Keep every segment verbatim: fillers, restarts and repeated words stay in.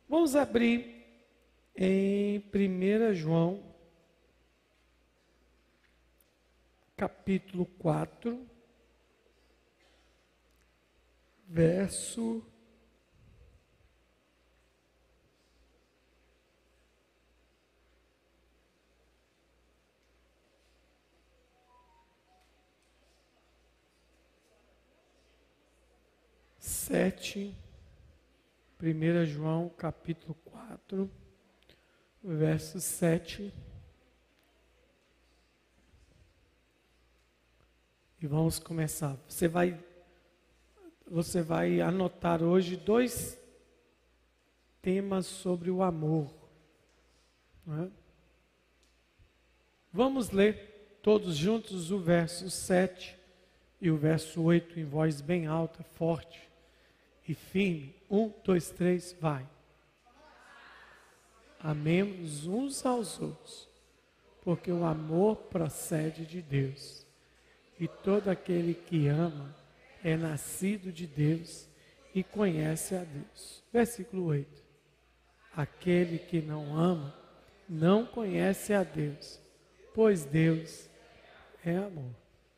Vamos abrir em primeira João, capítulo quatro, verso sete. primeira João, capítulo quatro, verso sete. E vamos começar. Você vai, você vai anotar hoje dois temas sobre o amor. Não é? Vamos ler todos juntos o verso sete e o verso oito em voz bem alta, forte e firme. Um, dois, três, vai. Amemos uns aos outros, porque o amor procede de Deus. E todo aquele que ama é nascido de Deus e conhece a Deus. Versículo oito. Aquele que não ama não conhece a Deus, pois Deus é amor.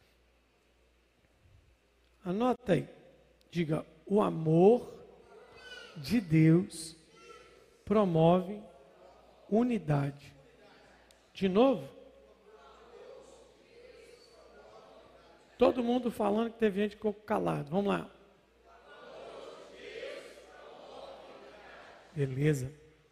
Anota aí. Diga, o amor de Deus promove unidade. De novo? Todo mundo falando que teve gente que ficou calado. Vamos lá. Beleza.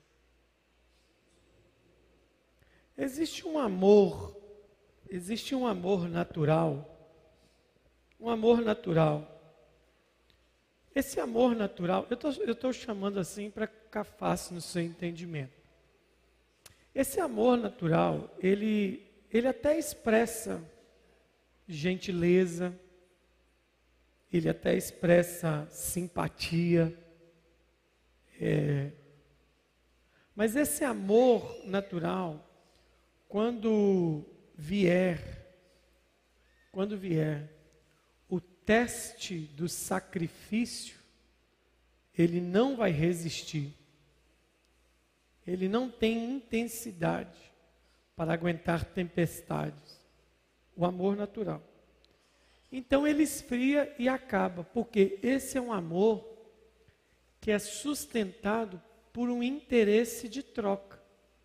Existe um amor, existe um amor natural. Um amor natural. Esse amor natural, eu estou chamando assim para ficar fácil no seu entendimento. Esse amor natural, ele, ele até expressa gentileza, ele até expressa simpatia. É, mas esse amor natural, quando vier, quando vier, o teste do sacrifício, ele não vai resistir. Ele não tem intensidade para aguentar tempestades. O amor natural. Então ele esfria e acaba, porque esse é um amor que é sustentado por um interesse de troca.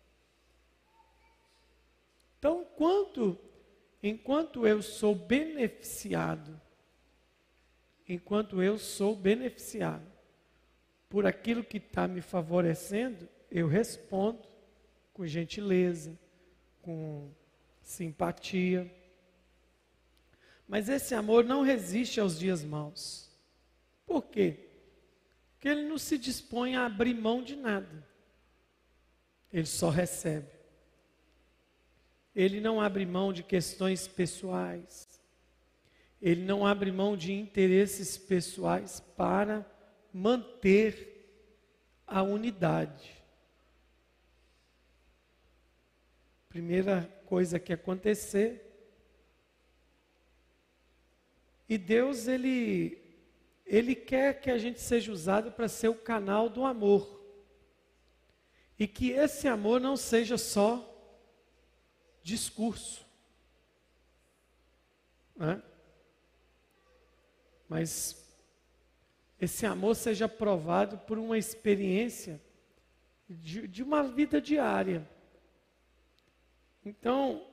Então, enquanto, enquanto eu sou beneficiado, enquanto eu sou beneficiado por aquilo que está me favorecendo, eu respondo com gentileza, com simpatia. Mas esse amor não resiste aos dias maus. Por quê? Porque ele não se dispõe a abrir mão de nada. Ele só recebe. Ele não abre mão de questões pessoais. Ele não abre mão de interesses pessoais para manter a unidade. Primeira coisa que acontecer. E Deus, Ele, Ele quer que a gente seja usado para ser o canal do amor. E que esse amor não seja só discurso. Né? Mas esse amor seja provado por uma experiência de, de uma vida diária. Então,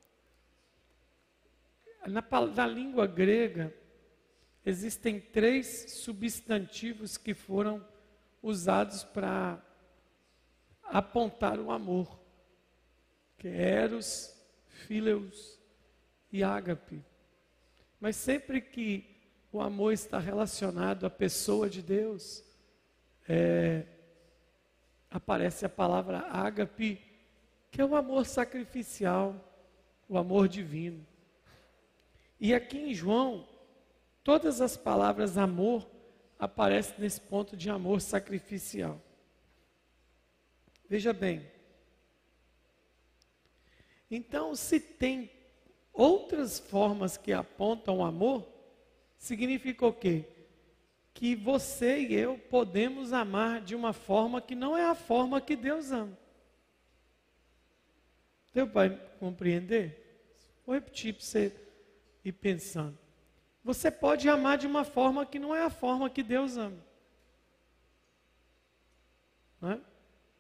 na, na língua grega, existem três substantivos que foram usados para apontar o amor, que é eros, phileus e ágape. Mas sempre que o amor está relacionado à pessoa de Deus, é, aparece a palavra ágape, que é o amor sacrificial, o amor divino. E aqui em João, todas as palavras amor aparecem nesse ponto de amor sacrificial. Veja bem. Então, se tem outras formas que apontam o amor, significa o quê? que você e eu podemos amar de uma forma que não é a forma que Deus ama. Deu para compreender? Vou repetir para você ir pensando. Você pode amar de uma forma que não é a forma que Deus ama. Não é?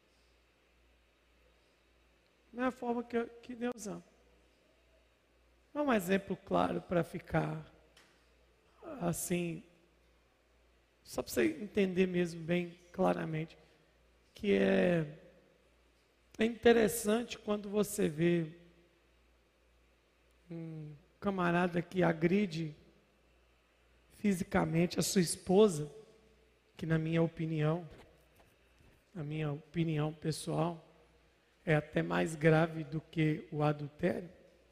Não é a forma que, que Deus ama. É um exemplo claro para ficar assim, só para você entender mesmo bem claramente, que é, é interessante quando você vê um camarada que agride fisicamente a sua esposa, que na minha opinião, na minha opinião pessoal, é até mais grave do que o adultério.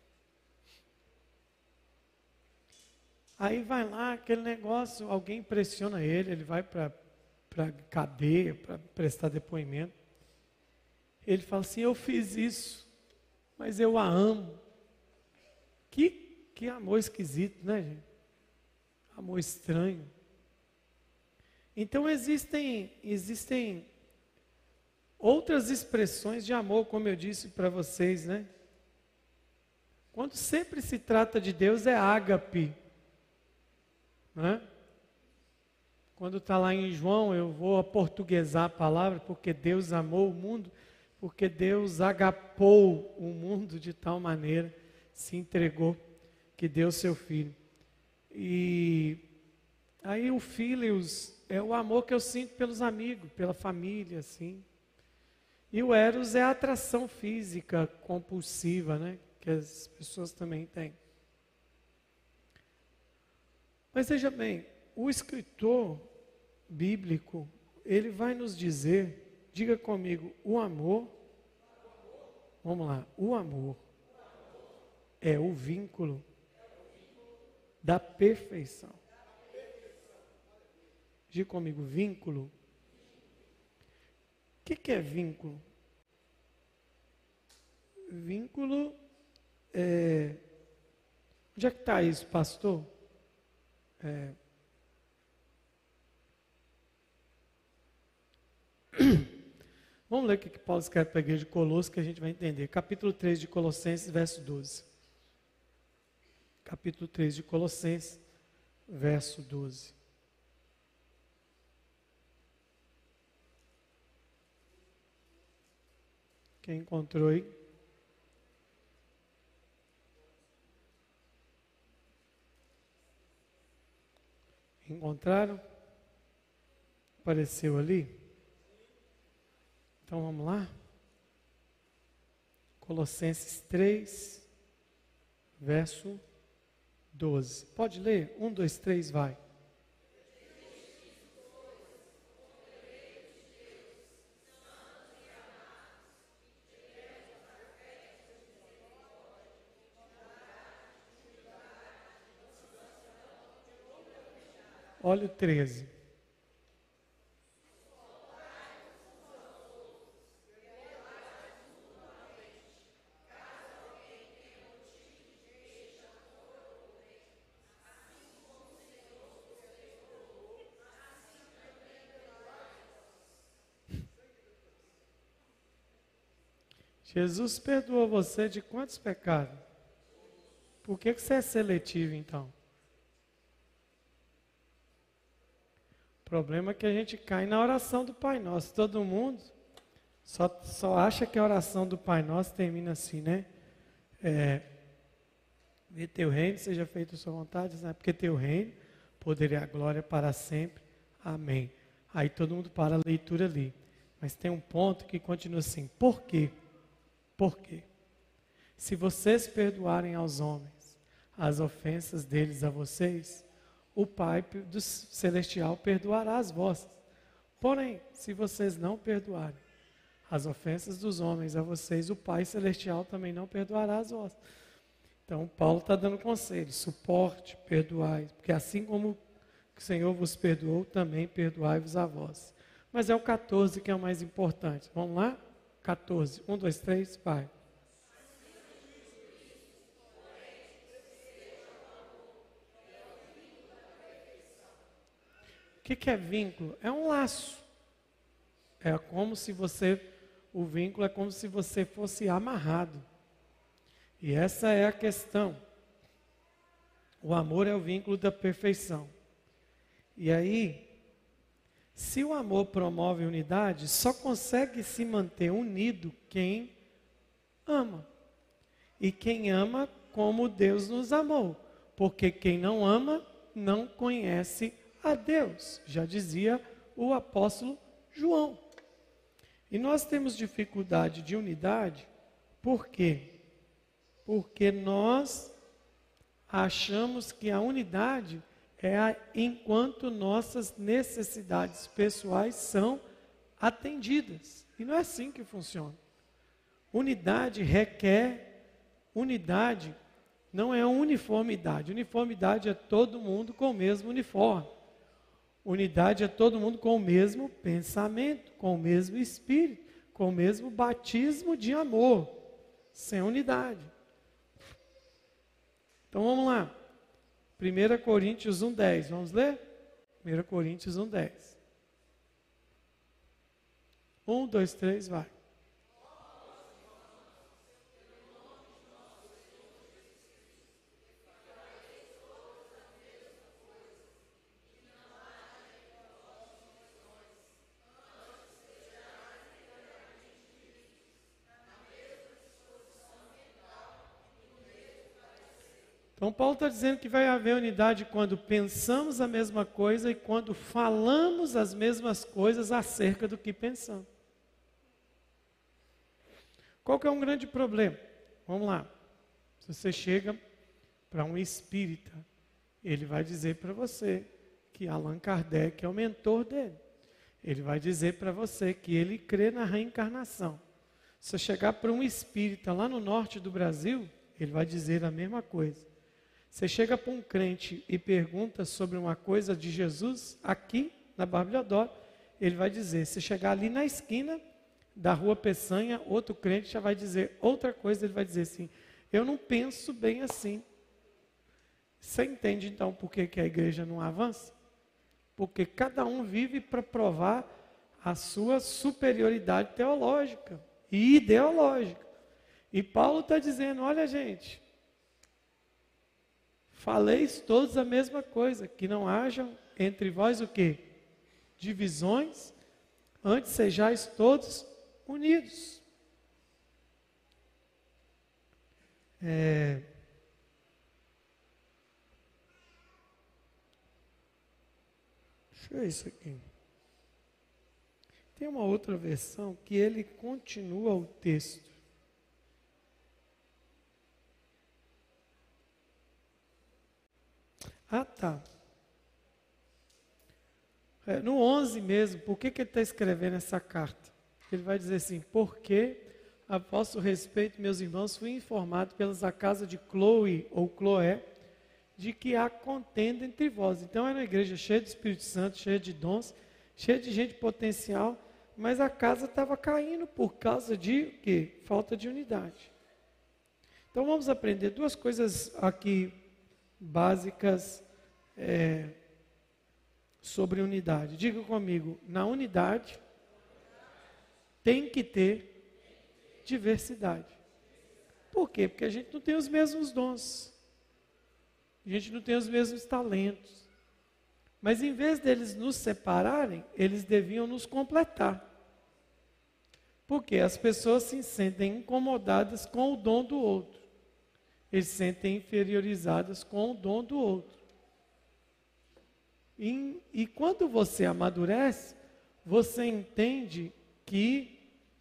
Aí vai lá, aquele negócio, alguém pressiona ele, ele vai para a cadeia para prestar depoimento. Ele fala assim, eu fiz isso, mas eu a amo. Que, que amor esquisito, né, gente? Amor estranho. Então existem, existem outras expressões de amor, como eu disse para vocês, né? Quando sempre se trata de Deus é ágape. Né? Quando está lá em João, eu vou aportuguesar a palavra, porque Deus amou o mundo, porque Deus agapou o mundo de tal maneira, se entregou, que deu seu filho. E aí o Philios é o amor que eu sinto pelos amigos, pela família, assim. E o Eros é a atração física compulsiva, né? Que as pessoas também têm. Mas veja bem, o escritor bíblico, ele vai nos dizer, diga comigo, o amor, vamos lá, o amor é o vínculo da perfeição. Diga comigo, vínculo. O que, que é vínculo? Vínculo é... Onde é que está isso, pastor? É... Vamos ler o que, que Paulo escreve para a igreja de Colossos, que a gente vai entender. Capítulo três de Colossenses, verso doze. Capítulo três de Colossenses, verso doze. Quem encontrou aí? Encontraram? Apareceu ali? Então vamos lá? Colossenses três, verso doze. Pode ler? Um, dois, três, vai. Olha o treze. Jesus perdoou você de quantos pecados? Por que, que você é seletivo, então? O problema é que a gente cai na oração do Pai Nosso. Todo mundo só, só acha que a oração do Pai Nosso termina assim, né? É, vê teu reino, seja feita a sua vontade, né? Porque teu reino, poder e a glória para sempre. Amém. Aí todo mundo para a leitura ali. Mas tem um ponto que continua assim. Por quê? Por quê? Se vocês perdoarem aos homens as ofensas deles a vocês, o Pai do Celestial perdoará as vossas. Porém, se vocês não perdoarem as ofensas dos homens a vocês, o Pai Celestial também não perdoará as vossas. Então, Paulo está dando conselho, suporte, perdoai, porque assim como o Senhor vos perdoou, também perdoai-vos a vós. Mas é o catorze que é o mais importante. Vamos lá? catorze. um, dois, três, vai. que, que é vínculo? É um laço. É como se você, o vínculo é como se você fosse amarrado. E essa é a questão. O amor é o vínculo da perfeição. E aí, se o amor promove unidade, só consegue se manter unido quem ama. E quem ama como Deus nos amou. Porque quem não ama, não conhece a Deus. Já dizia o apóstolo João. E nós temos dificuldade de unidade, por quê? Porque nós achamos que a unidade é a, enquanto nossas necessidades pessoais são atendidas. E não é assim que funciona. Unidade requer, unidade não é uniformidade. Uniformidade é todo mundo com o mesmo uniforme. Unidade é todo mundo com o mesmo pensamento, com o mesmo espírito, com o mesmo batismo de amor, sem unidade. Então vamos lá. primeira Coríntios um, dez. Vamos ler? primeira Coríntios um, dez. um, dois, três, vai. Então Paulo está dizendo que vai haver unidade quando pensamos a mesma coisa e quando falamos as mesmas coisas acerca do que pensamos. Qual que é um grande problema? Vamos lá. Se você chega para um espírita, ele vai dizer para você que Allan Kardec é o mentor dele. Ele vai dizer para você que ele crê na reencarnação. Se você chegar para um espírita lá no norte do Brasil, ele vai dizer a mesma coisa. Você chega para um crente e pergunta sobre uma coisa de Jesus, aqui na Barra de Adoro, ele vai dizer. Se chegar ali na esquina da rua Peçanha, outro crente já vai dizer outra coisa, ele vai dizer assim, eu não penso bem assim. Você entende então por que, que a igreja não avança? Porque cada um vive para provar a sua superioridade teológica e ideológica. E Paulo está dizendo, olha gente, faleis todos a mesma coisa, que não hajam entre vós o quê? Divisões, antes sejais todos unidos. É... Deixa eu ver isso aqui. Tem uma outra versão que ele continua o texto. Ah, tá. É, no onze mesmo, por que, que ele está escrevendo essa carta? Ele vai dizer assim, porque a vosso respeito, meus irmãos, fui informado pelas a casa de Chloe ou Chloé, de que há contenda entre vós. Então era uma igreja cheia de Espírito Santo, cheia de dons, cheia de gente potencial, mas a casa estava caindo por causa de quê? Falta de unidade. Então vamos aprender duas coisas aqui básicas é, sobre unidade. Diga comigo, na unidade tem que ter diversidade. Por quê? Porque a gente não tem os mesmos dons. A gente não tem os mesmos talentos. Mas em vez deles nos separarem, eles deviam nos completar. Porque as pessoas se sentem incomodadas com o dom do outro. Eles se sentem inferiorizadas com o dom do outro. E, e quando você amadurece, você entende que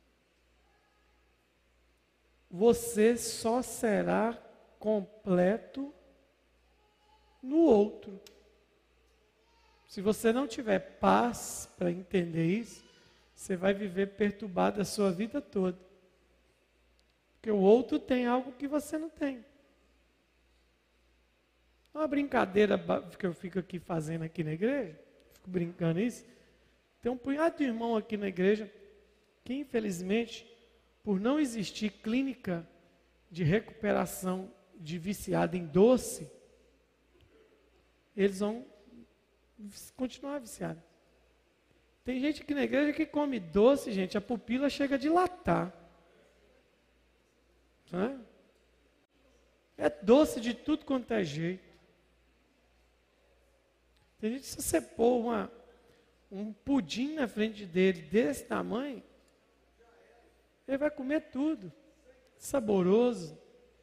você só será completo no outro. Se você não tiver paz para entender isso, você vai viver perturbado a sua vida toda. Porque o outro tem algo que você não tem. Uma brincadeira que eu fico aqui fazendo aqui na igreja, fico brincando isso, tem um punhado de irmão aqui na igreja que infelizmente, por não existir clínica de recuperação de viciado em doce, eles vão continuar viciado. Tem gente aqui na igreja que come doce, gente, a pupila chega a dilatar. Não é? É doce de tudo quanto é jeito. Tem gente que se você pôr uma, um pudim na frente dele desse tamanho, ele vai comer tudo. Saboroso.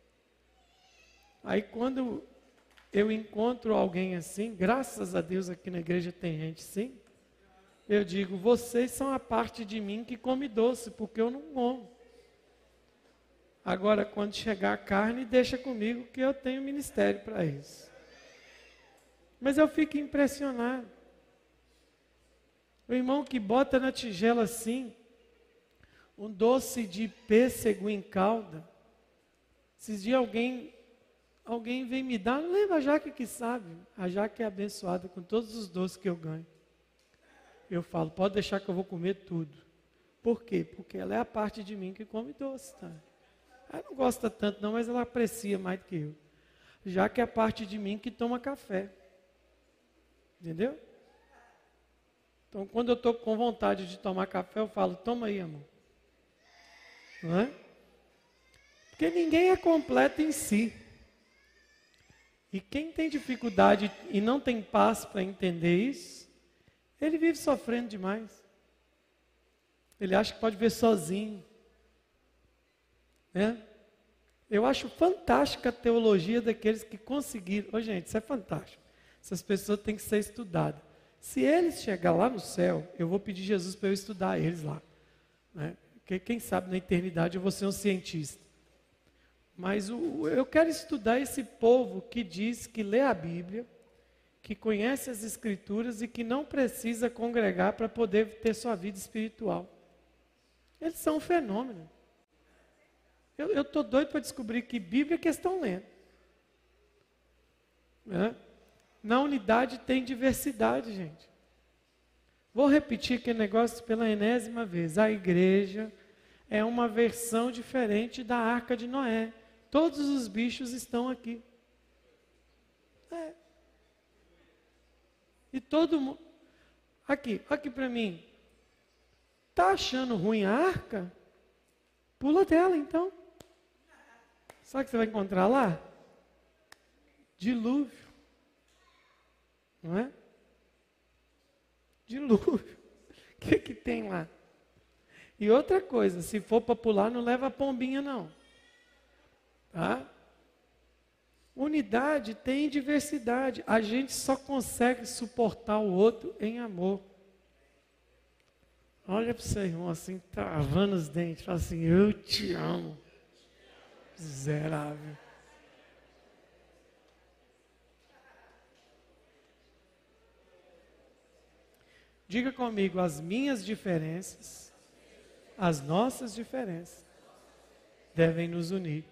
Aí quando eu encontro alguém assim, graças a Deus aqui na igreja tem gente assim, eu digo, vocês são a parte de mim que come doce, porque eu não como. Agora, quando chegar a carne, deixa comigo que eu tenho ministério para isso. Mas eu fico impressionado. O irmão que bota na tigela assim, um doce de pêssego em calda. Esses dias alguém, alguém vem me dar, não lembra a Jaque que sabe. A Jaque é abençoada com todos os doces que eu ganho. Eu falo, pode deixar que eu vou comer tudo. Por quê? Porque ela é a parte de mim que come doce, tá? Ela não gosta tanto não, mas ela aprecia mais do que eu. Já que é a parte de mim que toma café. Entendeu? Então, quando eu estou com vontade de tomar café, eu falo, toma aí, amor. Não é? Porque ninguém é completo em si. E quem tem dificuldade e não tem paz para entender isso, ele vive sofrendo demais. Ele acha que pode ver sozinho. Né? Eu acho fantástica a teologia daqueles que conseguiram. Ô, gente, isso é fantástico. Essas pessoas têm que ser estudadas. Se eles chegarem lá no céu, eu vou pedir Jesus para eu estudar eles lá. Né? Porque quem sabe na eternidade eu vou ser um cientista. Mas o, eu quero estudar esse povo que diz que lê a Bíblia, que conhece as Escrituras e que não precisa congregar para poder ter sua vida espiritual. Eles são um fenômeno. Eu estou doido para descobrir que Bíblia é que estão lendo. Né? Na unidade tem diversidade, gente. Vou repetir aquele negócio pela enésima vez. A igreja é uma versão diferente da Arca de Noé. Todos os bichos estão aqui. É. E todo mundo... Aqui, aqui para mim. Está achando ruim a arca? Pula dela, então. Sabe o que você vai encontrar lá? Dilúvio. Não é? Dilúvio. O que que tem lá? E outra coisa, se for para pular, não leva a pombinha, não. Tá? Unidade tem diversidade. A gente só consegue suportar o outro em amor. Olha para o seu irmão assim, travando os dentes, fala assim, eu te amo. Miserável. Diga comigo, as minhas diferenças, as nossas diferenças, devem nos unir.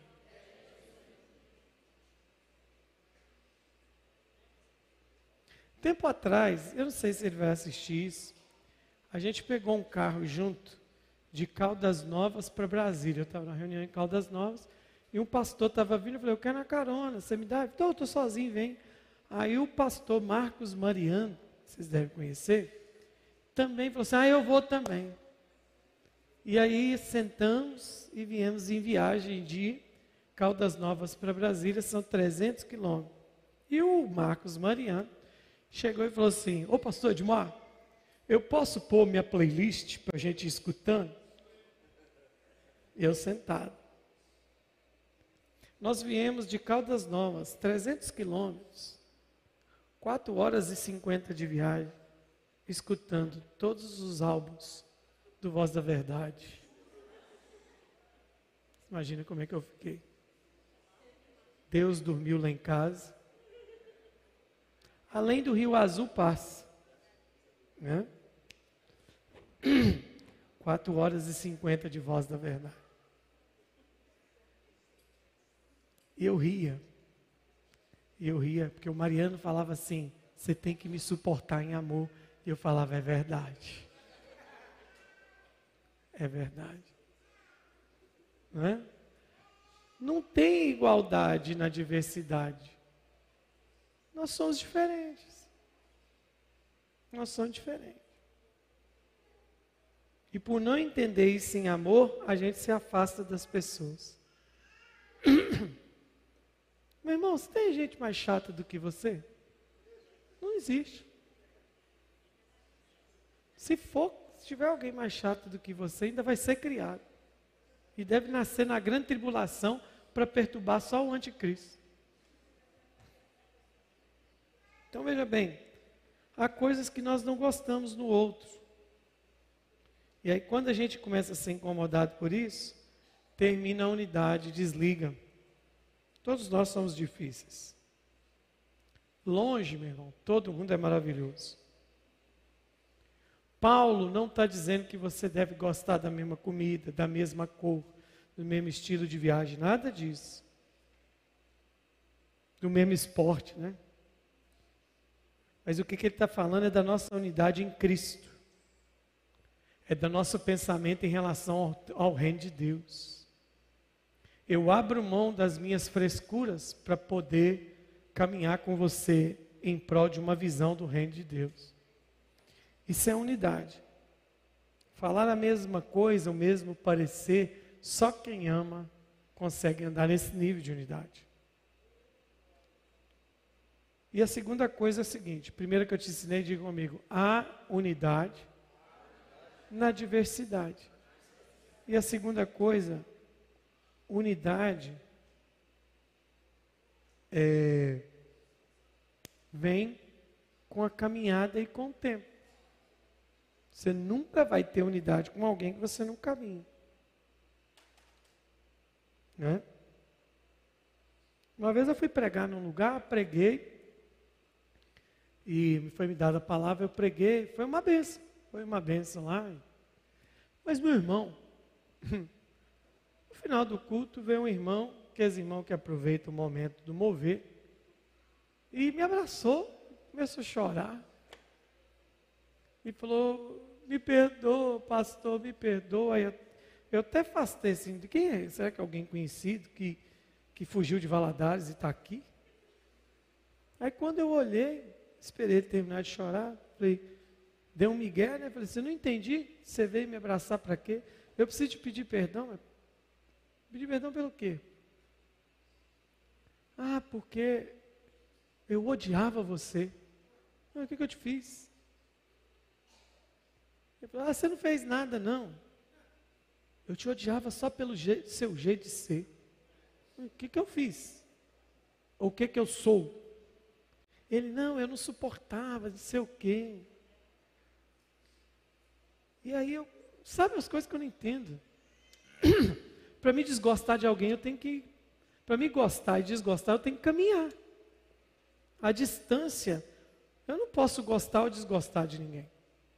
Tempo atrás, eu não sei se ele vai assistir isso, a gente pegou um carro junto, de Caldas Novas para Brasília. Eu estava na reunião em Caldas Novas, e um pastor estava vindo, eu falei, eu quero na carona, você me dá? Então, eu estou sozinho, vem. Aí o pastor Marcos Mariano, vocês devem conhecer, também falou assim, ah, eu vou também. E aí sentamos e viemos em viagem de Caldas Novas para Brasília, são trezentos quilômetros. E o Marcos Mariano chegou e falou assim, ô pastor Edmar, eu posso pôr minha playlist para a gente ir escutando? Eu sentado. Nós viemos de Caldas Novas, trezentos quilômetros, quatro horas e cinquenta de viagem, escutando todos os álbuns do Voz da Verdade. Imagina como é que eu fiquei. Deus dormiu lá em casa. Além do Rio Azul passa. Né? quatro horas e cinquenta de Voz da Verdade. E eu ria. E eu ria, porque o Mariano falava assim, você tem que me suportar em amor. E eu falava, é verdade. É verdade. Não é? Não tem igualdade na diversidade. Nós somos diferentes. Nós somos diferentes. E por não entender isso em amor, a gente se afasta das pessoas. Meu irmão, se tem gente mais chata do que você? Não existe. Se for, se tiver alguém mais chato do que você, ainda vai ser criado. E deve nascer na grande tribulação para perturbar só o anticristo. Então veja bem, há coisas que nós não gostamos no outro. E aí quando a gente começa a ser incomodado por isso, termina a unidade, desliga. Todos nós somos difíceis. Longe, meu irmão, todo mundo é maravilhoso. Paulo não está dizendo que você deve gostar da mesma comida, da mesma cor, do mesmo estilo de viagem, nada disso. Do mesmo esporte, né? Mas o que, que ele está falando é da nossa unidade em Cristo. É do nosso pensamento em relação ao, ao reino de Deus. Eu abro mão das minhas frescuras para poder caminhar com você em prol de uma visão do reino de Deus. Isso é unidade. Falar a mesma coisa, o mesmo parecer, só quem ama consegue andar nesse nível de unidade. E a segunda coisa é a seguinte, primeiro que eu te ensinei, diga comigo, há unidade na diversidade. E a segunda coisa, unidade é, vem com a caminhada e com o tempo. Você nunca vai ter unidade com alguém que você não caminha. Né? Uma vez eu fui pregar num lugar, preguei, e foi me dada a palavra, eu preguei, foi uma bênção, foi uma bênção lá. Mas meu irmão, no final do culto veio um irmão, que é esse irmão que aproveita o momento do mover, e me abraçou, começou a chorar, e falou, me perdoa, pastor, me perdoa. Aí eu, eu até afastei assim, de quem é? Será que é alguém conhecido que, que fugiu de Valadares e está aqui? Aí quando eu olhei, esperei ele terminar de chorar, falei, deu um migué, né? Falei, você não entendi? Você veio me abraçar para quê? Eu preciso te pedir perdão. Pedir perdão pelo quê? Ah, porque eu odiava você. Ah, o que, que eu te fiz? Ele falou, ah, você não fez nada, não. Eu te odiava só pelo jeito, seu jeito de ser. O que, que eu fiz? Ou o que, que eu sou? Ele, não, eu não suportava, não sei o quê. E aí, eu, sabe as coisas que eu não entendo? Para me desgostar de alguém, eu tenho que... Para me gostar e desgostar, eu tenho que caminhar. A distância, eu não posso gostar ou desgostar de ninguém.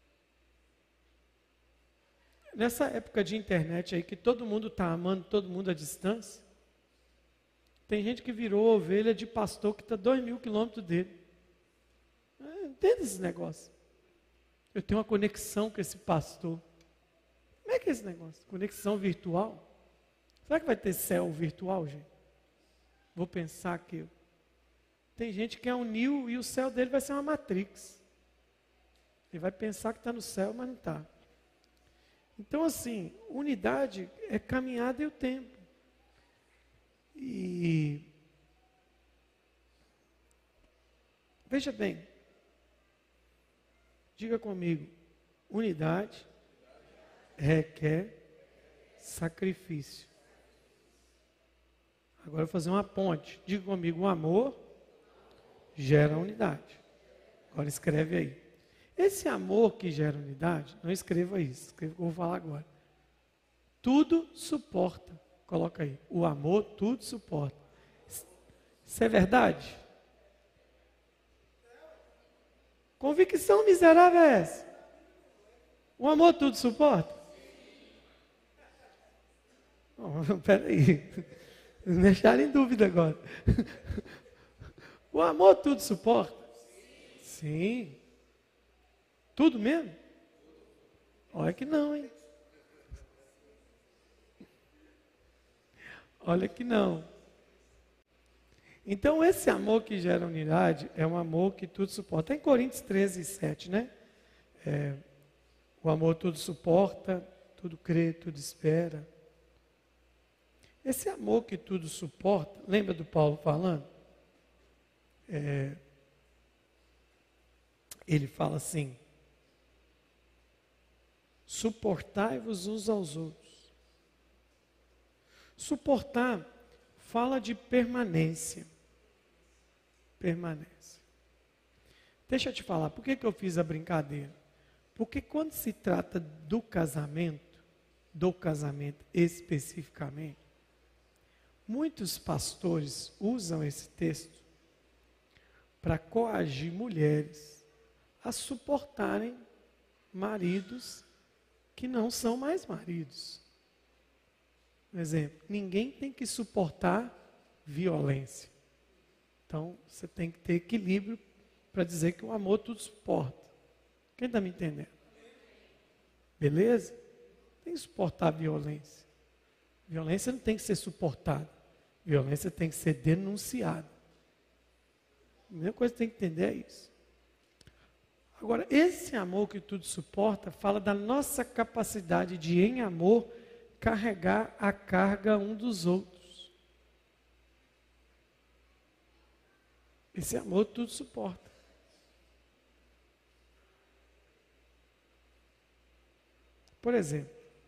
Nessa época de internet aí, que todo mundo está amando todo mundo à distância, tem gente que virou ovelha de pastor que está dois mil quilômetros dele. É, entende esse negócio? Eu tenho uma conexão com esse pastor. Como é que é esse negócio? Conexão virtual? Será que vai ter céu virtual, gente? Vou pensar aqui. Tem gente que é um Neo e o céu dele vai ser uma Matrix. Ele vai pensar que está no céu, mas não está. Então, assim, unidade é caminhada e o tempo. E veja bem, diga comigo, unidade requer sacrifício. Agora eu vou fazer uma ponte. Diga comigo, o amor gera unidade. Agora escreve aí. Esse amor que gera unidade, não escreva isso, escreva o que eu vou falar agora. Tudo suporta. Coloca aí. O amor tudo suporta. Isso é verdade? Convicção miserável é essa? O amor tudo suporta? Oh, peraí. Me deixaram em dúvida agora. O amor tudo suporta? Sim. Tudo mesmo? Olha que não, hein? Olha que não. Então, esse amor que gera unidade é um amor que tudo suporta. Em Coríntios treze, sete, né? É, o amor tudo suporta, tudo crê, tudo espera. Esse amor que tudo suporta, lembra do Paulo falando? É, ele fala assim: suportai-vos uns aos outros. Suportar fala de permanência. Permanência. Deixa eu te falar, por que que eu fiz a brincadeira? Porque quando se trata do casamento, do casamento especificamente, muitos pastores usam esse texto para coagir mulheres a suportarem maridos que não são mais maridos. Por exemplo, ninguém tem que suportar violência. Então, você tem que ter equilíbrio para dizer que o amor tudo suporta. Quem está me entendendo? Beleza? Tem que suportar a violência. Violência não tem que ser suportada. Violência tem que ser denunciada. A primeira coisa que tem que entender é isso. Agora, esse amor que tudo suporta fala da nossa capacidade de, em amor, carregar a carga um dos outros. Esse amor tudo suporta. Por exemplo,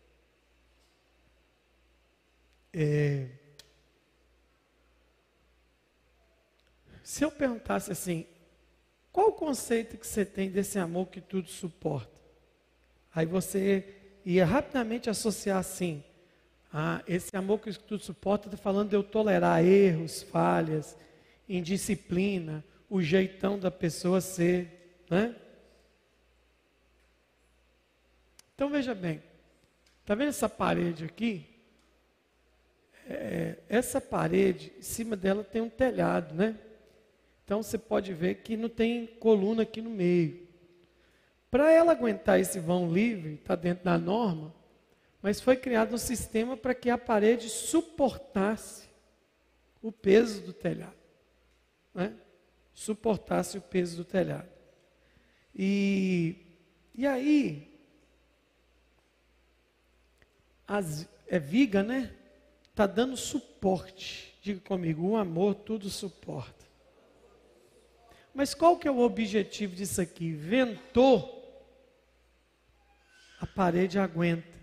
é, se eu perguntasse assim, qual o conceito que você tem desse amor que tudo suporta? Aí você ia rapidamente associar assim, ah, esse amor que tudo suporta está falando de eu tolerar erros, falhas, indisciplina, o jeitão da pessoa ser, né? Então veja bem, está vendo essa parede aqui? É, essa parede, em cima dela tem um telhado, né? Então você pode ver que não tem coluna aqui no meio. Para ela aguentar esse vão livre, está dentro da norma, mas foi criado um sistema para que a parede suportasse o peso do telhado, né? Suportasse o peso do telhado. E, e aí, as, é viga, né? Está dando suporte. Diga comigo, o amor tudo suporta. Mas qual que é o objetivo disso aqui? Ventou, a parede aguenta.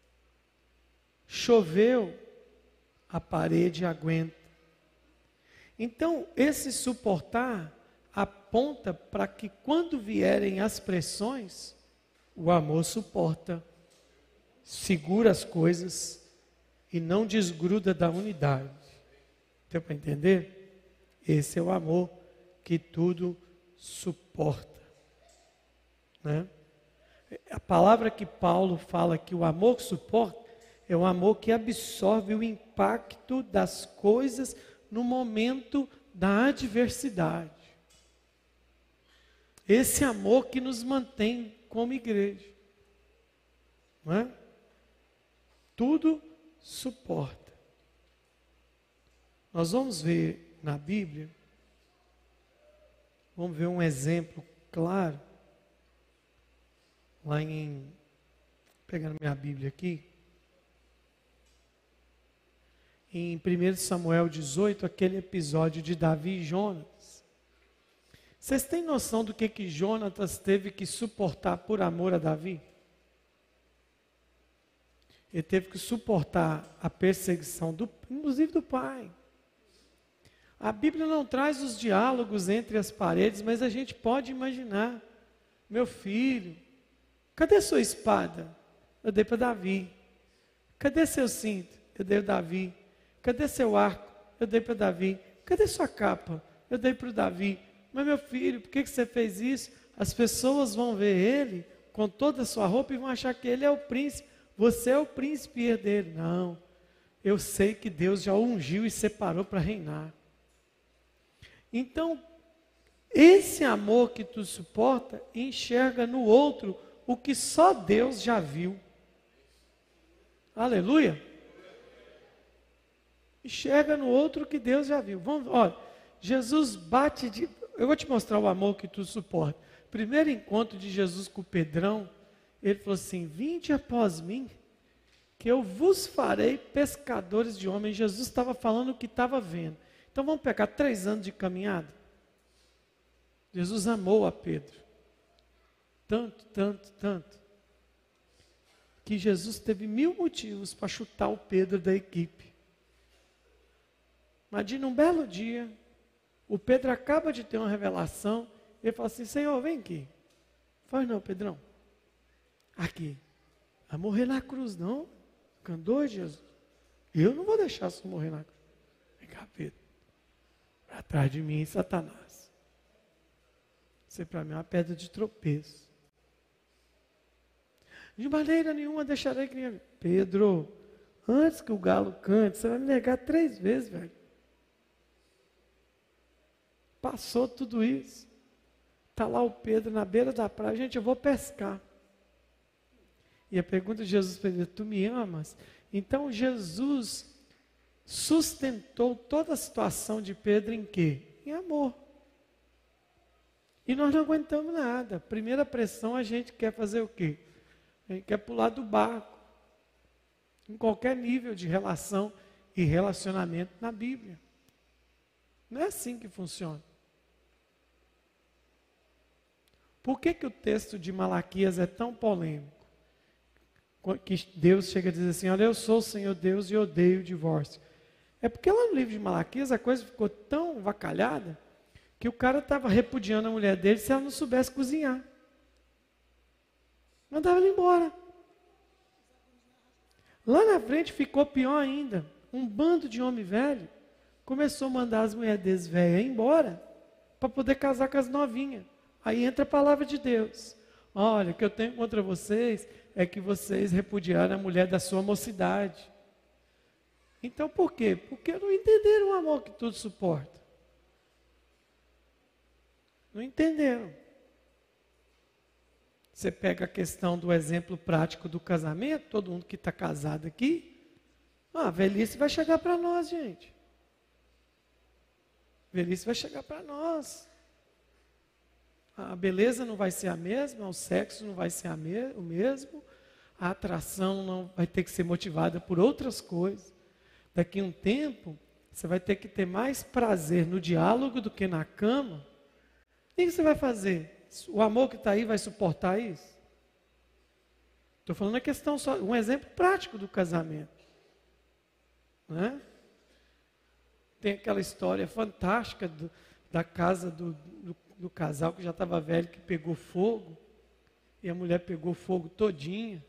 Choveu, a parede aguenta. Então, esse suportar aponta para que quando vierem as pressões, o amor suporta, segura as coisas e não desgruda da unidade. Deu para entender? Esse é o amor que tudo suporta, né? A palavra que Paulo fala que o amor que suporta é o amor que absorve o impacto das coisas no momento da adversidade. Esse amor que nos mantém como igreja, não é? Tudo suporta. Nós vamos ver na Bíblia, vamos ver um exemplo claro, lá em, pegando minha Bíblia aqui, em primeiro Samuel dezoito, aquele episódio de Davi e Jonas. Vocês têm noção do que que Jonatas teve que suportar por amor a Davi? Ele teve que suportar a perseguição, do, inclusive do pai. A Bíblia não traz os diálogos entre as paredes, mas a gente pode imaginar. Meu filho, cadê sua espada? Eu dei para Davi. Cadê seu cinto? Eu dei para Davi. Cadê seu arco? Eu dei para Davi. Cadê sua capa? Eu dei para o Davi. Mas meu filho, por que que você fez isso? As pessoas vão ver ele com toda a sua roupa e vão achar que ele é o príncipe. Você é o príncipe herdeiro. Não, eu sei que Deus já o ungiu e separou para reinar. Então, esse amor que tu suporta, enxerga no outro o que só Deus já viu. Aleluia. Enxerga no outro o que Deus já viu. Vamos, olha, Jesus bate de... Eu vou te mostrar o amor que tu suporta. primeiro encontro de Jesus com o Pedrão, ele falou assim: vinde após mim, que eu vos farei pescadores de homens. Jesus estava falando o que estava vendo. Então vamos pegar três anos de caminhada. Jesus amou a Pedro. Tanto, tanto, tanto. Que Jesus teve mil motivos para chutar o Pedro da equipe. Mas de um belo dia, o Pedro acaba de ter uma revelação. Ele fala assim: Senhor, vem aqui. Faz não, Pedrão. Aqui. Vai morrer na cruz, não? Ficando doido, Jesus? Eu não vou deixar você morrer na cruz. Vem cá, Pedro. Para trás de mim, Satanás. Você para mim é uma pedra de tropeço. De maneira nenhuma deixarei que... Pedro, antes que o galo cante, você vai me negar três vezes, velho. Passou tudo isso. Está lá o Pedro na beira da praia. Gente, eu vou pescar. E a pergunta de Jesus para ele: tu me amas? Então Jesus sustentou toda a situação de Pedro em quê? Em amor. E nós não aguentamos nada. Primeira pressão, a gente quer fazer o quê? A gente quer pular do barco. Em qualquer nível de relação e relacionamento na Bíblia. Não é assim que funciona. Por que que o texto de Malaquias é tão polêmico? Que Deus chega a dizer assim: olha, eu sou o Senhor Deus e odeio o divórcio. É porque lá no livro de Malaquias a coisa ficou tão vacalhada que o cara estava repudiando a mulher dele se ela não soubesse cozinhar. Mandava ela embora. Lá na frente ficou pior ainda. Um bando de homem velho começou a mandar as mulheres deles velhas embora para poder casar com as novinhas. Aí entra a palavra de Deus. Olha, o que eu tenho contra vocês é que vocês repudiaram a mulher da sua mocidade. Então por quê? Porque não entenderam o amor que tudo suporta. Não entenderam. Você pega a questão do exemplo prático do casamento, todo mundo que está casado aqui, ah, a velhice vai chegar para nós, gente. A velhice vai chegar para nós. A beleza não vai ser a mesma, o sexo não vai ser a me- o mesmo, a atração não vai ter que ser motivada por outras coisas. Daqui a um tempo, você vai ter que ter mais prazer no diálogo do que na cama. O que você vai fazer? O amor que está aí vai suportar isso? Estou falando a questão só, um exemplo prático do casamento. Né? Tem aquela história fantástica do, da casa do, do, do casal que já estava velho, que pegou fogo, e a mulher pegou fogo todinha,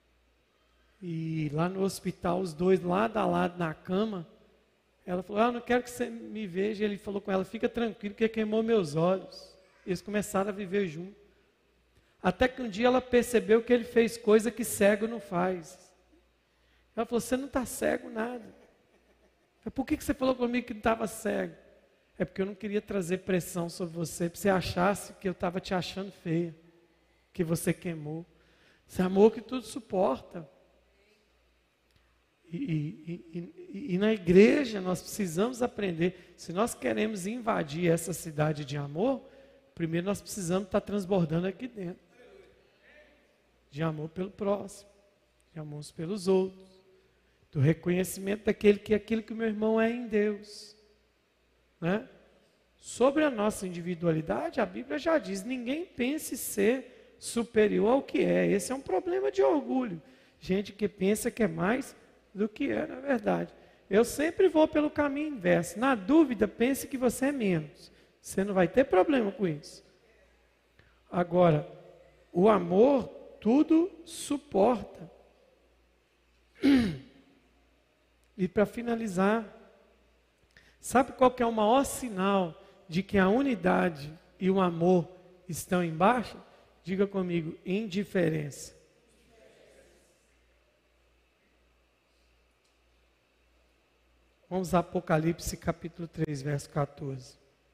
e lá no hospital, os dois lado a lado na cama, ela falou: ah, eu não quero que você me veja. Ele falou com ela: fica tranquilo, porque queimou meus olhos. Eles começaram a viver juntos. Até que um dia ela percebeu que ele fez coisa que cego não faz. Ela falou: você não está cego nada. Por que que você falou comigo que não estava cego? É porque eu não queria trazer pressão sobre você, para você achasse que eu estava te achando feia, que você queimou. Esse amor que tudo suporta. E, e, e, e na igreja nós precisamos aprender, se nós queremos invadir essa cidade de amor, primeiro nós precisamos estar transbordando aqui dentro. De amor pelo próximo, de amor uns pelos outros, do reconhecimento daquele que é aquilo que o meu irmão é em Deus. Né? Sobre a nossa individualidade, a Bíblia já diz: ninguém pense ser superior ao que é. Esse é um problema de orgulho. Gente que pensa que é mais do que é, na verdade. Eu sempre vou pelo caminho inverso. Na dúvida, pense que você é menos. Você não vai ter problema com isso. Agora, o amor tudo suporta. E para finalizar, sabe qual que é o maior sinal de que a unidade e o amor estão embaixo? Diga comigo: indiferença. Vamos a Apocalipse capítulo três, verso quatorze.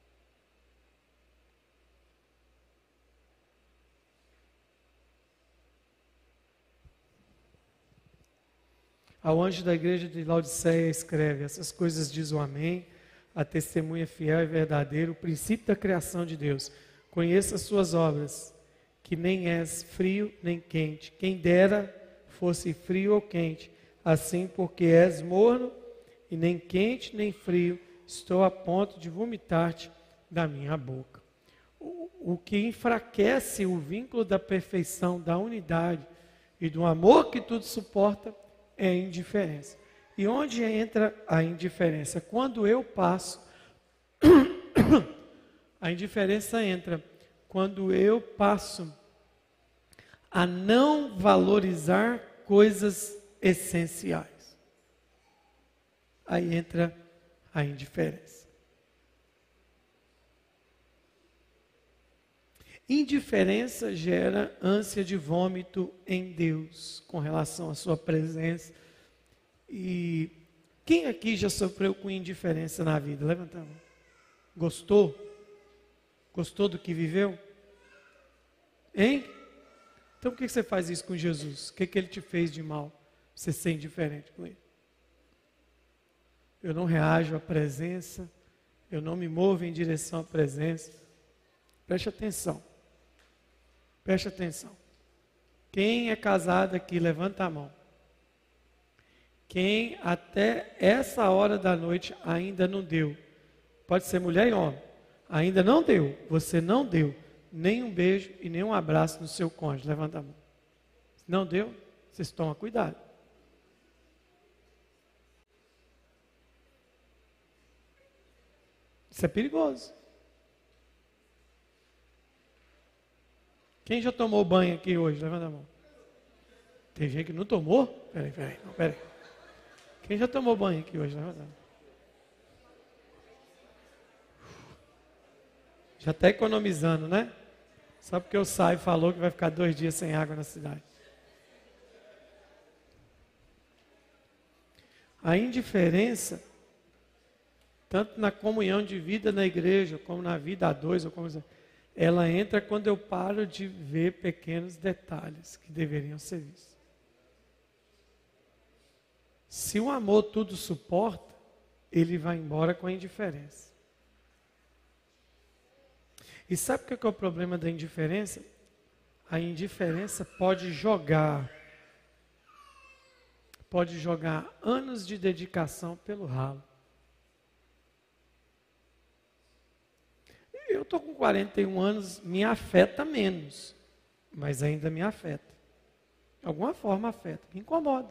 Ao anjo da igreja de Laodiceia escreve: essas coisas diz o Amém, a testemunha fiel e verdadeira, o princípio da criação de Deus. Conheça as suas obras, que nem és frio nem quente. Quem dera fosse frio ou quente, assim porque és morno, e nem quente nem frio, estou a ponto de vomitar-te da minha boca. O, o que enfraquece o vínculo da perfeição, da unidade e do amor que tudo suporta é a indiferença. E onde entra a indiferença? Quando eu passo, a indiferença entra quando eu passo a não valorizar coisas essenciais. Aí entra a indiferença. Indiferença gera ânsia de vômito em Deus com relação à sua presença. E quem aqui já sofreu com indiferença na vida? Levanta a mão. Gostou? Gostou do que viveu? Hein? Então por que você faz isso com Jesus? O que, que ele te fez de mal? Você ser indiferente com ele. Eu não reajo à presença, eu não me movo em direção à presença. Preste atenção. Preste atenção. Quem é casado aqui, levanta a mão. Quem até essa hora da noite ainda não deu, pode ser mulher e homem, ainda não deu, você não deu nem um beijo e nem um abraço no seu cônjuge, levanta a mão. Se não deu, vocês tomam cuidado. Isso é perigoso. Quem já tomou banho aqui hoje? Levanta a mão. Tem gente que não tomou? Peraí, peraí, não, peraí. Quem já tomou banho aqui hoje? Levanta a mão. Já está economizando, né? Só porque o Sai falou que vai ficar dois dias sem água na cidade. A indiferença, tanto na comunhão de vida na igreja, como na vida a dois, ou como ela entra quando eu paro de ver pequenos detalhes que deveriam ser vistos. Se o amor tudo suporta, ele vai embora com a indiferença. E sabe o que é o problema da indiferença? A indiferença pode jogar, pode jogar anos de dedicação pelo ralo. Eu estou com quarenta e um anos, me afeta menos, mas ainda me afeta. De alguma forma afeta, me incomoda.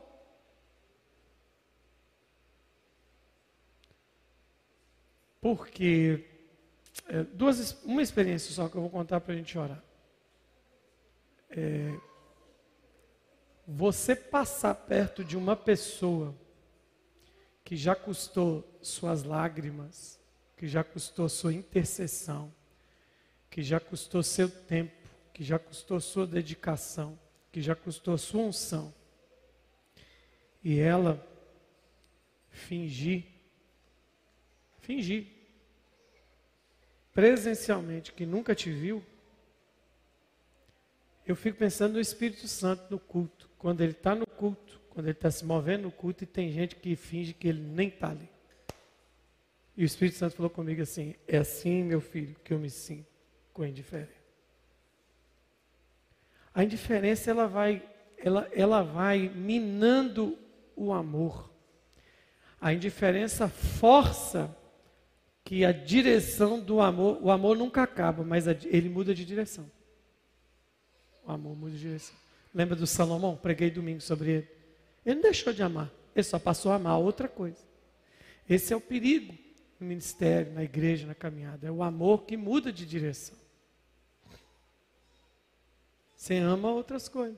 Porque, é, duas, uma experiência só que eu vou contar para a gente orar. É, você passar perto de uma pessoa que já custou suas lágrimas, que já custou sua intercessão, que já custou seu tempo, que já custou sua dedicação, que já custou sua unção, e ela fingir, fingir, presencialmente, que nunca te viu, eu fico pensando no Espírito Santo no culto, quando ele está no culto, quando ele está se movendo no culto, e tem gente que finge que ele nem está ali. E o Espírito Santo falou comigo assim: é assim, meu filho, que eu me sinto com a indiferença. A indiferença, ela vai, ela, ela vai minando o amor. A indiferença força que a direção do amor, o amor nunca acaba, mas a, ele muda de direção. O amor muda de direção. Lembra do Salomão? Preguei domingo sobre ele. Ele não deixou de amar, ele só passou a amar outra coisa. Esse é o perigo no ministério, na igreja, na caminhada. É o amor que muda de direção. Você ama outras coisas.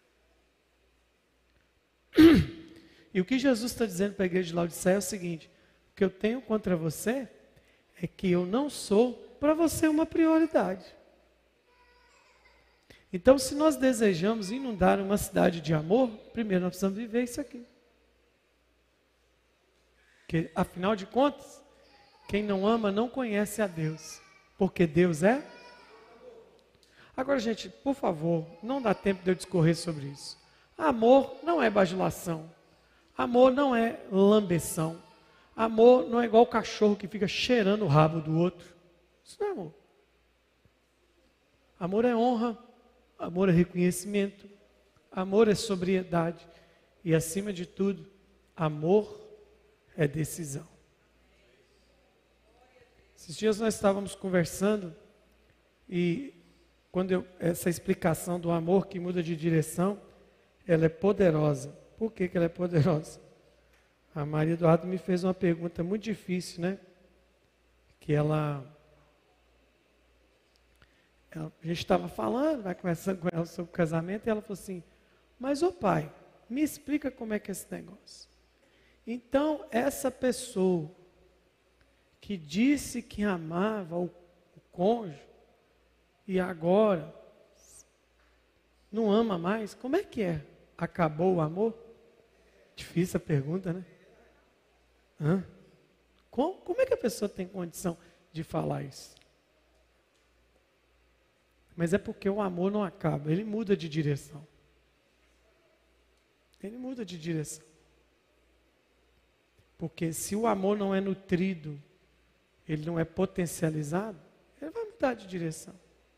E o que Jesus está dizendo para a igreja de Laodiceia é o seguinte: o que eu tenho contra você é que eu não sou para você uma prioridade. Então, se nós desejamos inundar uma cidade de amor, primeiro nós precisamos viver isso aqui. Porque, afinal de contas, quem não ama não conhece a Deus, porque Deus é. Agora, gente, por favor, não dá tempo de eu discorrer sobre isso. Amor não é bajulação. Amor não é lambeção. Amor não é igual o cachorro que fica cheirando o rabo do outro. Isso não é amor. Amor é honra, amor é reconhecimento, amor é sobriedade e, acima de tudo, amor é decisão. Esses dias nós estávamos conversando e quando eu, essa explicação do amor que muda de direção, ela é poderosa. Por que que ela é poderosa? A Maria Eduardo me fez uma pergunta muito difícil, né? Que ela, ela a gente estava falando, vai conversando com ela sobre o casamento, e ela falou assim, mas ô pai, me explica como é que é esse negócio. Então, essa pessoa que disse que amava o, o cônjuge, e agora não ama mais, como é que é? Acabou o amor? Difícil a pergunta, né? Hã? Como, como é que a pessoa tem condição de falar isso? Mas é porque o amor não acaba, ele muda de direção. Ele muda de direção. Porque se o amor não é nutrido, ele não é potencializado, ele vai mudar de direção.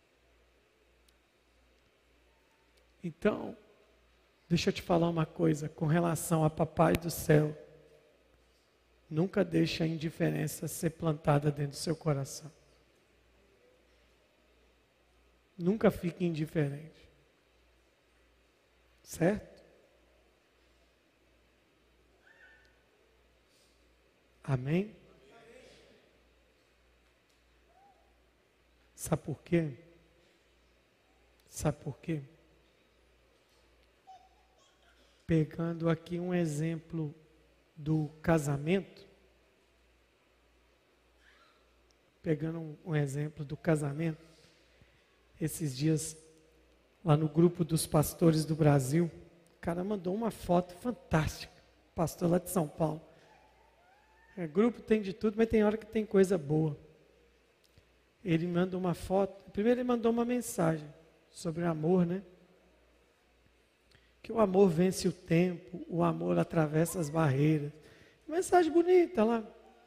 Então, deixa eu te falar uma coisa com relação a Papai do Céu. Nunca deixe a indiferença ser plantada dentro do seu coração. Nunca fique indiferente. Certo? Amém? Sabe por quê? Sabe por quê? Pegando aqui um exemplo do casamento, pegando um, um exemplo do casamento, esses dias, lá no grupo dos pastores do Brasil, o cara mandou uma foto fantástica, pastor lá de São Paulo. É, grupo tem de tudo, mas tem hora que tem coisa boa. Ele manda uma foto, primeiro ele mandou uma mensagem sobre amor, né? Que o amor vence o tempo, o amor atravessa as barreiras. Mensagem bonita lá.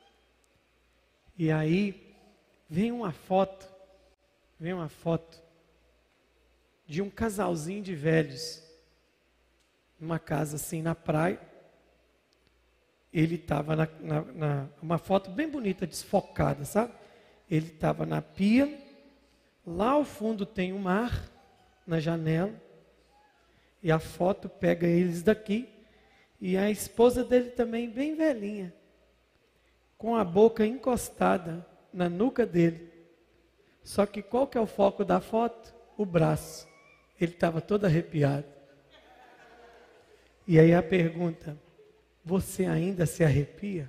E aí, vem uma foto, vem uma foto de um casalzinho de velhos, numa casa assim na praia. Ele estava na, na, na, uma foto bem bonita, desfocada, sabe? Ele estava na pia, lá ao fundo tem o mar, na janela, e a foto pega eles daqui, e a esposa dele também bem velhinha, com a boca encostada na nuca dele. Só que qual que é o foco da foto? O braço. Ele estava todo arrepiado. E aí a pergunta, você ainda se arrepia?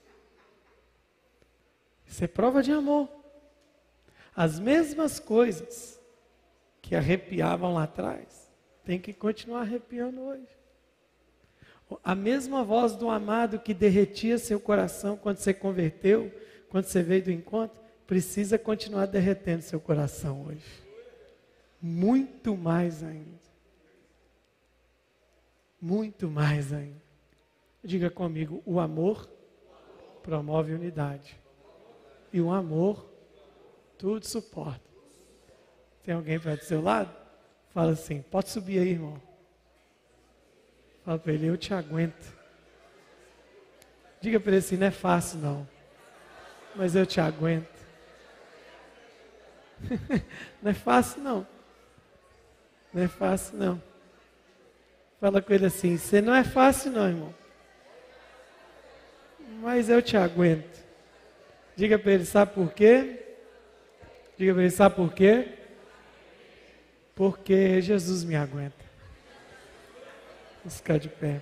Isso é prova de amor. As mesmas coisas que arrepiavam lá atrás, tem que continuar arrepiando hoje. A mesma voz do amado que derretia seu coração quando você converteu, quando você veio do encontro, precisa continuar derretendo seu coração hoje. Muito mais ainda. Muito mais ainda. Diga comigo, o amor promove unidade. E o amor tudo suporta. Tem alguém perto do seu lado? Fala assim, pode subir aí, irmão. Fala para ele, eu te aguento. Diga para ele assim, não é fácil não. Mas eu te aguento. Não é fácil não. Não é fácil não. Fala com ele assim, você não é fácil não, irmão. Mas eu te aguento. Diga para ele, sabe por quê? Diga para ele, sabe por quê? Porque Jesus me aguenta. Vamos ficar de pé.